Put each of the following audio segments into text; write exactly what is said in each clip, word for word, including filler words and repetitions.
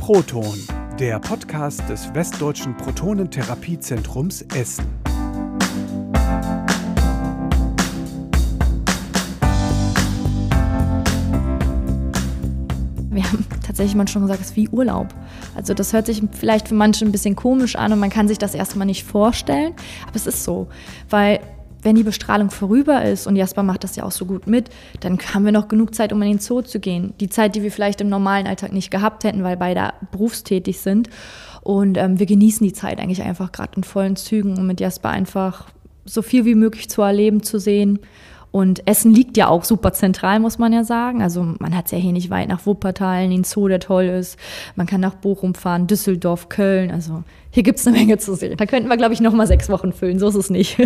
Proton, der Podcast des Westdeutschen Protonentherapeezentrums Essen. Wir haben tatsächlich manchmal schon gesagt, es ist wie Urlaub. Also das hört sich vielleicht für manche ein bisschen komisch an und man kann sich das erstmal nicht vorstellen, aber es ist so, weil wenn die Bestrahlung vorüber ist, und Jasper macht das ja auch so gut mit, dann haben wir noch genug Zeit, um in den Zoo zu gehen. Die Zeit, die wir vielleicht im normalen Alltag nicht gehabt hätten, weil beide berufstätig sind. Und ähm, wir genießen die Zeit eigentlich einfach gerade in vollen Zügen, um mit Jasper einfach so viel wie möglich zu erleben, zu sehen. Und Essen liegt ja auch super zentral, muss man ja sagen. Also man hat es ja hier nicht weit nach Wuppertal, in den Zoo, der toll ist. Man kann nach Bochum fahren, Düsseldorf, Köln. Also hier gibt es eine Menge zu sehen. Da könnten wir, glaube ich, noch mal sechs Wochen füllen. So ist es nicht.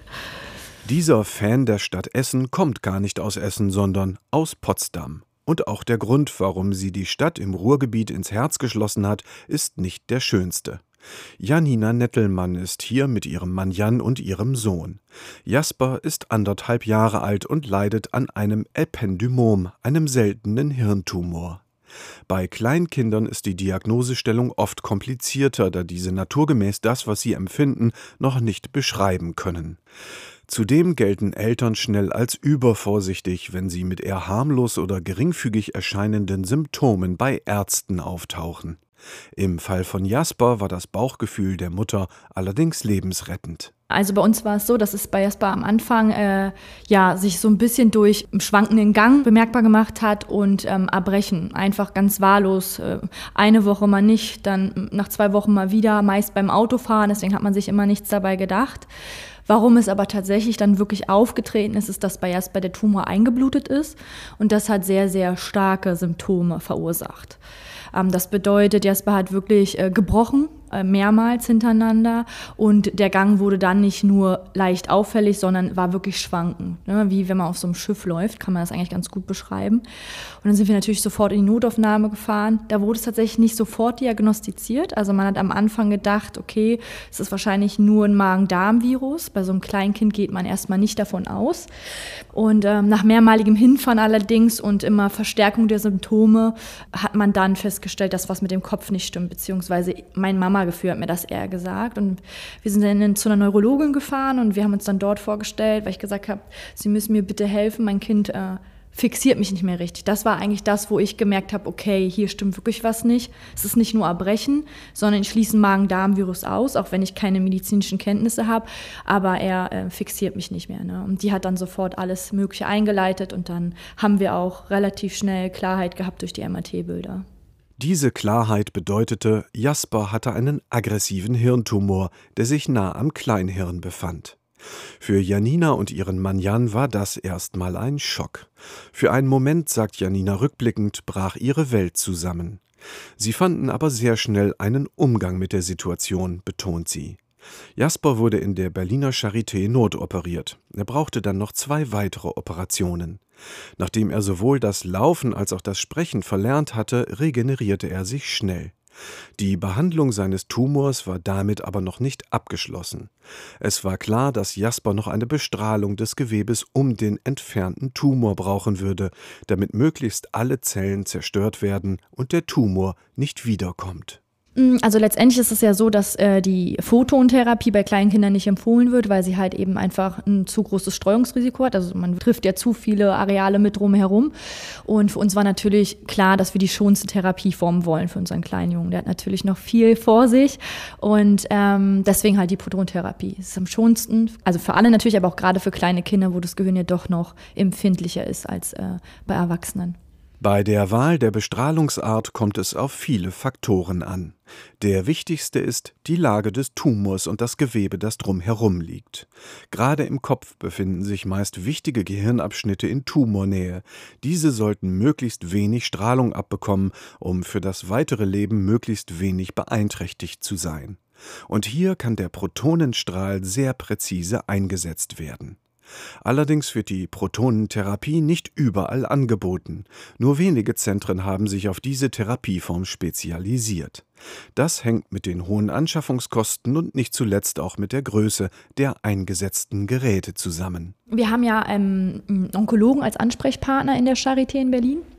Dieser Fan der Stadt Essen kommt gar nicht aus Essen, sondern aus Potsdam. Und auch der Grund, warum sie die Stadt im Ruhrgebiet ins Herz geschlossen hat, ist nicht der schönste. Janina Nettelmann ist hier mit ihrem Mann Jan und ihrem Sohn. Jasper ist anderthalb Jahre alt und leidet an einem Ependymom, einem seltenen Hirntumor. Bei Kleinkindern ist die Diagnosestellung oft komplizierter, da diese naturgemäß das, was sie empfinden, noch nicht beschreiben können. Zudem gelten Eltern schnell als übervorsichtig, wenn sie mit eher harmlos oder geringfügig erscheinenden Symptomen bei Ärzten auftauchen. Im Fall von Jasper war das Bauchgefühl der Mutter allerdings lebensrettend. Also bei uns war es so, dass es bei Jasper am Anfang äh, ja, sich so ein bisschen durch einen schwankenden Gang bemerkbar gemacht hat und ähm, Erbrechen. Einfach ganz wahllos. Äh, eine Woche mal nicht, dann nach zwei Wochen mal wieder, meist beim Autofahren. Deswegen hat man sich immer nichts dabei gedacht. Warum es aber tatsächlich dann wirklich aufgetreten ist, ist, dass bei Jasper der Tumor eingeblutet ist. Und das hat sehr, sehr starke Symptome verursacht. Ähm, das bedeutet, Jasper hat wirklich äh, gebrochen, äh, mehrmals hintereinander. Und der Gang wurde dann nicht nur leicht auffällig, sondern war wirklich schwankend. Ne? Wie wenn man auf so einem Schiff läuft, kann man das eigentlich ganz gut beschreiben. Und dann sind wir natürlich sofort in die Notaufnahme gefahren. Da wurde es tatsächlich nicht sofort diagnostiziert. Also man hat am Anfang gedacht, okay, es ist wahrscheinlich nur ein Magen-Darm-Virus. Bei so einem Kleinkind geht man erstmal nicht davon aus. Und ähm, nach mehrmaligem Hinfahren allerdings und immer Verstärkung der Symptome hat man dann festgestellt, dass was mit dem Kopf nicht stimmt, beziehungsweise mein Mama-Gefühl hat mir das eher gesagt. Und wir sind dann zu einer Neurologin gefahren und wir haben uns dann dort vorgestellt, weil ich gesagt habe, Sie müssen mir bitte helfen, mein Kind äh, fixiert mich nicht mehr richtig. Das war eigentlich das, wo ich gemerkt habe, okay, hier stimmt wirklich was nicht. Es ist nicht nur Erbrechen, sondern ich schließe ein Magen-Darm-Virus aus, auch wenn ich keine medizinischen Kenntnisse habe, aber er äh, fixiert mich nicht mehr. Ne? Und die hat dann sofort alles Mögliche eingeleitet und dann haben wir auch relativ schnell Klarheit gehabt durch die M R T-Bilder. Diese Klarheit bedeutete, Jasper hatte einen aggressiven Hirntumor, der sich nah am Kleinhirn befand. Für Janina und ihren Mann Jan war das erstmal ein Schock. Für einen Moment, sagt Janina rückblickend, brach ihre Welt zusammen. Sie fanden aber sehr schnell einen Umgang mit der Situation, betont sie. Jasper wurde in der Berliner Charité notoperiert. Er brauchte dann noch zwei weitere Operationen. Nachdem er sowohl das Laufen als auch das Sprechen verlernt hatte, regenerierte er sich schnell. Die Behandlung seines Tumors war damit aber noch nicht abgeschlossen. Es war klar, dass Jasper noch eine Bestrahlung des Gewebes um den entfernten Tumor brauchen würde, damit möglichst alle Zellen zerstört werden und der Tumor nicht wiederkommt. Also letztendlich ist es ja so, dass äh, die Photontherapie bei kleinen Kindern nicht empfohlen wird, weil sie halt eben einfach ein zu großes Streuungsrisiko hat. Also man trifft ja zu viele Areale mit drumherum. Und für uns war natürlich klar, dass wir die schonste Therapieform wollen für unseren kleinen Jungen. Der hat natürlich noch viel vor sich und ähm, deswegen halt die Protontherapie. Es ist am schonsten, also für alle natürlich, aber auch gerade für kleine Kinder, wo das Gehirn ja doch noch empfindlicher ist als äh, bei Erwachsenen. Bei der Wahl der Bestrahlungsart kommt es auf viele Faktoren an. Der wichtigste ist die Lage des Tumors und das Gewebe, das drumherum liegt. Gerade im Kopf befinden sich meist wichtige Gehirnabschnitte in Tumornähe. Diese sollten möglichst wenig Strahlung abbekommen, um für das weitere Leben möglichst wenig beeinträchtigt zu sein. Und hier kann der Protonenstrahl sehr präzise eingesetzt werden. Allerdings wird die Protonentherapie nicht überall angeboten. Nur wenige Zentren haben sich auf diese Therapieform spezialisiert. Das hängt mit den hohen Anschaffungskosten und nicht zuletzt auch mit der Größe der eingesetzten Geräte zusammen. Wir haben ja ähm, einen Onkologen als Ansprechpartner in der Charité in Berlin.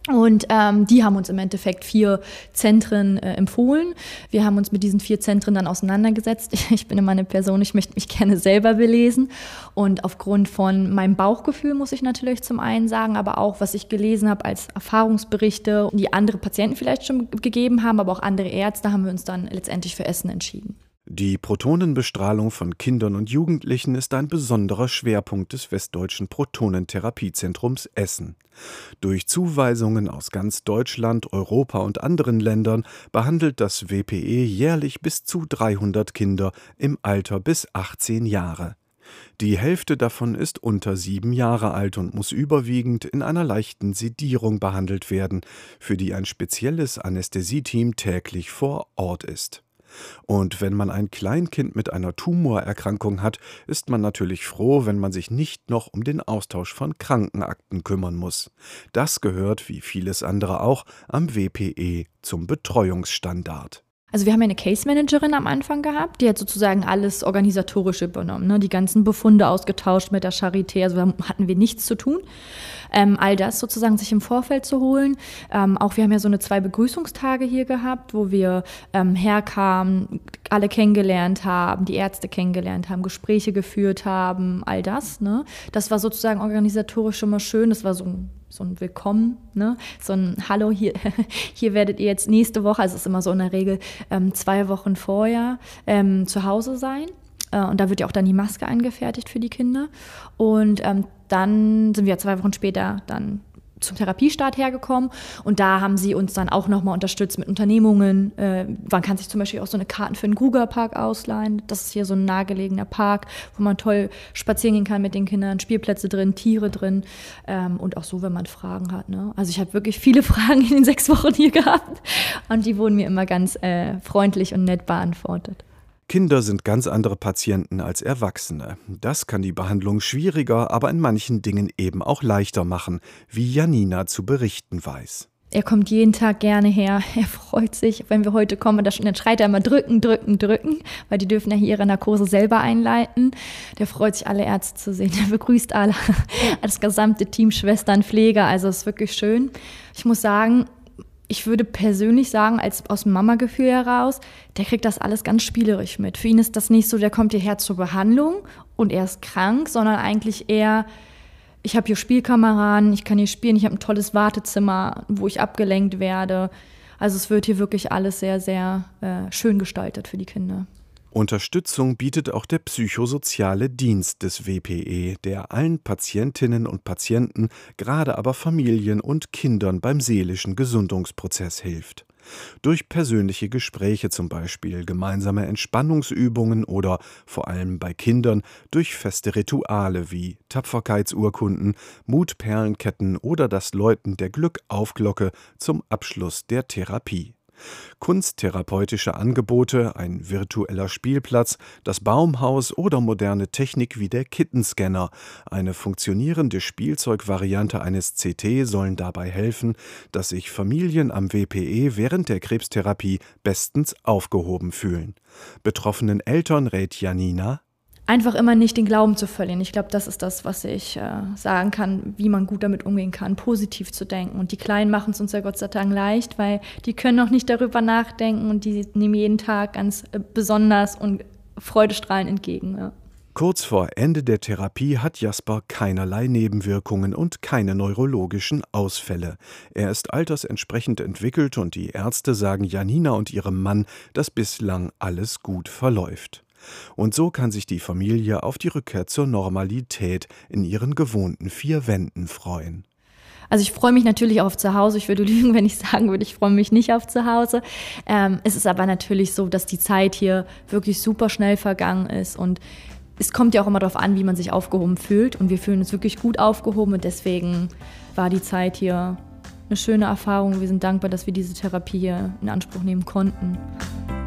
Und ähm, die haben uns im Endeffekt vier Zentren äh, empfohlen. Wir haben uns mit diesen vier Zentren dann auseinandergesetzt. Ich bin immer eine Person, ich möchte mich gerne selber belesen. Und aufgrund von meinem Bauchgefühl muss ich natürlich zum einen sagen, aber auch, was ich gelesen habe als Erfahrungsberichte, die andere Patienten vielleicht schon gegeben haben, aber auch andere Ärzte, haben wir uns dann letztendlich für Essen entschieden. Die Protonenbestrahlung von Kindern und Jugendlichen ist ein besonderer Schwerpunkt des Westdeutschen Protonentherapiezentrums Essen. Durch Zuweisungen aus ganz Deutschland, Europa und anderen Ländern behandelt das W P E jährlich bis zu dreihundert Kinder im Alter bis achtzehn Jahre. Die Hälfte davon ist unter sieben Jahre alt und muss überwiegend in einer leichten Sedierung behandelt werden, für die ein spezielles Anästhesieteam täglich vor Ort ist. Und wenn man ein Kleinkind mit einer Tumorerkrankung hat, ist man natürlich froh, wenn man sich nicht noch um den Austausch von Krankenakten kümmern muss. Das gehört, wie vieles andere auch, am W P E zum Betreuungsstandard. Also wir haben ja eine Case-Managerin am Anfang gehabt, die hat sozusagen alles Organisatorische übernommen, ne? Die ganzen Befunde ausgetauscht mit der Charité, also da hatten wir nichts zu tun. Ähm, all das sozusagen sich im Vorfeld zu holen. Ähm, auch wir haben ja so eine zwei Begrüßungstage hier gehabt, wo wir ähm, herkamen, alle kennengelernt haben, die Ärzte kennengelernt haben, Gespräche geführt haben, all das. Ne? Das war sozusagen organisatorisch schon mal schön, das war so ein so ein Willkommen, ne? So ein Hallo, hier, hier werdet ihr jetzt nächste Woche, also es ist immer so in der Regel ähm, zwei Wochen vorher ähm, zu Hause sein. Äh, und da wird ja auch dann die Maske angefertigt für die Kinder. Und ähm, dann sind wir zwei Wochen später dann zum Therapiestart hergekommen und da haben sie uns dann auch nochmal unterstützt mit Unternehmungen. Äh, man kann sich zum Beispiel auch so eine Karten für den Grugerpark ausleihen. Das ist hier so ein nahegelegener Park, wo man toll spazieren gehen kann mit den Kindern, Spielplätze drin, Tiere drin ähm, und auch so, wenn man Fragen hat. Ne? Also ich habe wirklich viele Fragen in den sechs Wochen hier gehabt und die wurden mir immer ganz äh, freundlich und nett beantwortet. Kinder sind ganz andere Patienten als Erwachsene. Das kann die Behandlung schwieriger, aber in manchen Dingen eben auch leichter machen, wie Janina zu berichten weiß. Er kommt jeden Tag gerne her, er freut sich, wenn wir heute kommen, dann schreit er immer drücken, drücken, drücken, weil die dürfen ja hier ihre Narkose selber einleiten. Der freut sich, alle Ärzte zu sehen, der begrüßt alle, das gesamte Team, Schwestern, Pfleger, also es ist wirklich schön. Ich muss sagen, ich würde persönlich sagen, als aus dem Mama-Gefühl heraus, der kriegt das alles ganz spielerisch mit. Für ihn ist das nicht so, der kommt hierher zur Behandlung und er ist krank, sondern eigentlich eher, ich habe hier Spielkameraden, ich kann hier spielen, ich habe ein tolles Wartezimmer, wo ich abgelenkt werde. Also es wird hier wirklich alles sehr, sehr äh, schön gestaltet für die Kinder. Unterstützung bietet auch der psychosoziale Dienst des W P E, der allen Patientinnen und Patienten, gerade aber Familien und Kindern beim seelischen Gesundungsprozess hilft. Durch persönliche Gespräche zum Beispiel, gemeinsame Entspannungsübungen oder, vor allem bei Kindern, durch feste Rituale wie Tapferkeitsurkunden, Mutperlenketten oder das Läuten der Glückaufglocke zum Abschluss der Therapie. Kunsttherapeutische Angebote, ein virtueller Spielplatz, das Baumhaus oder moderne Technik wie der Kittenscanner, eine funktionierende Spielzeugvariante eines C T sollen dabei helfen, dass sich Familien am W P E während der Krebstherapie bestens aufgehoben fühlen. Betroffenen Eltern rät Janina: Einfach immer nicht den Glauben zu verlieren. Ich glaube, das ist das, was ich äh, sagen kann, wie man gut damit umgehen kann, positiv zu denken. Und die Kleinen machen es uns ja Gott sei Dank leicht, weil die können noch nicht darüber nachdenken und die nehmen jeden Tag ganz äh, besonders und freudestrahlend entgegen. Ja. Kurz vor Ende der Therapie hat Jasper keinerlei Nebenwirkungen und keine neurologischen Ausfälle. Er ist altersentsprechend entwickelt und die Ärzte sagen Janina und ihrem Mann, dass bislang alles gut verläuft. Und so kann sich die Familie auf die Rückkehr zur Normalität in ihren gewohnten vier Wänden freuen. Also ich freue mich natürlich auf zu Hause. Ich würde lügen, wenn ich sagen würde, ich freue mich nicht auf zu Hause. Ähm, es ist aber natürlich so, dass die Zeit hier wirklich super schnell vergangen ist. Und es kommt ja auch immer darauf an, wie man sich aufgehoben fühlt. Und wir fühlen uns wirklich gut aufgehoben. Und deswegen war die Zeit hier eine schöne Erfahrung. Wir sind dankbar, dass wir diese Therapie hier in Anspruch nehmen konnten.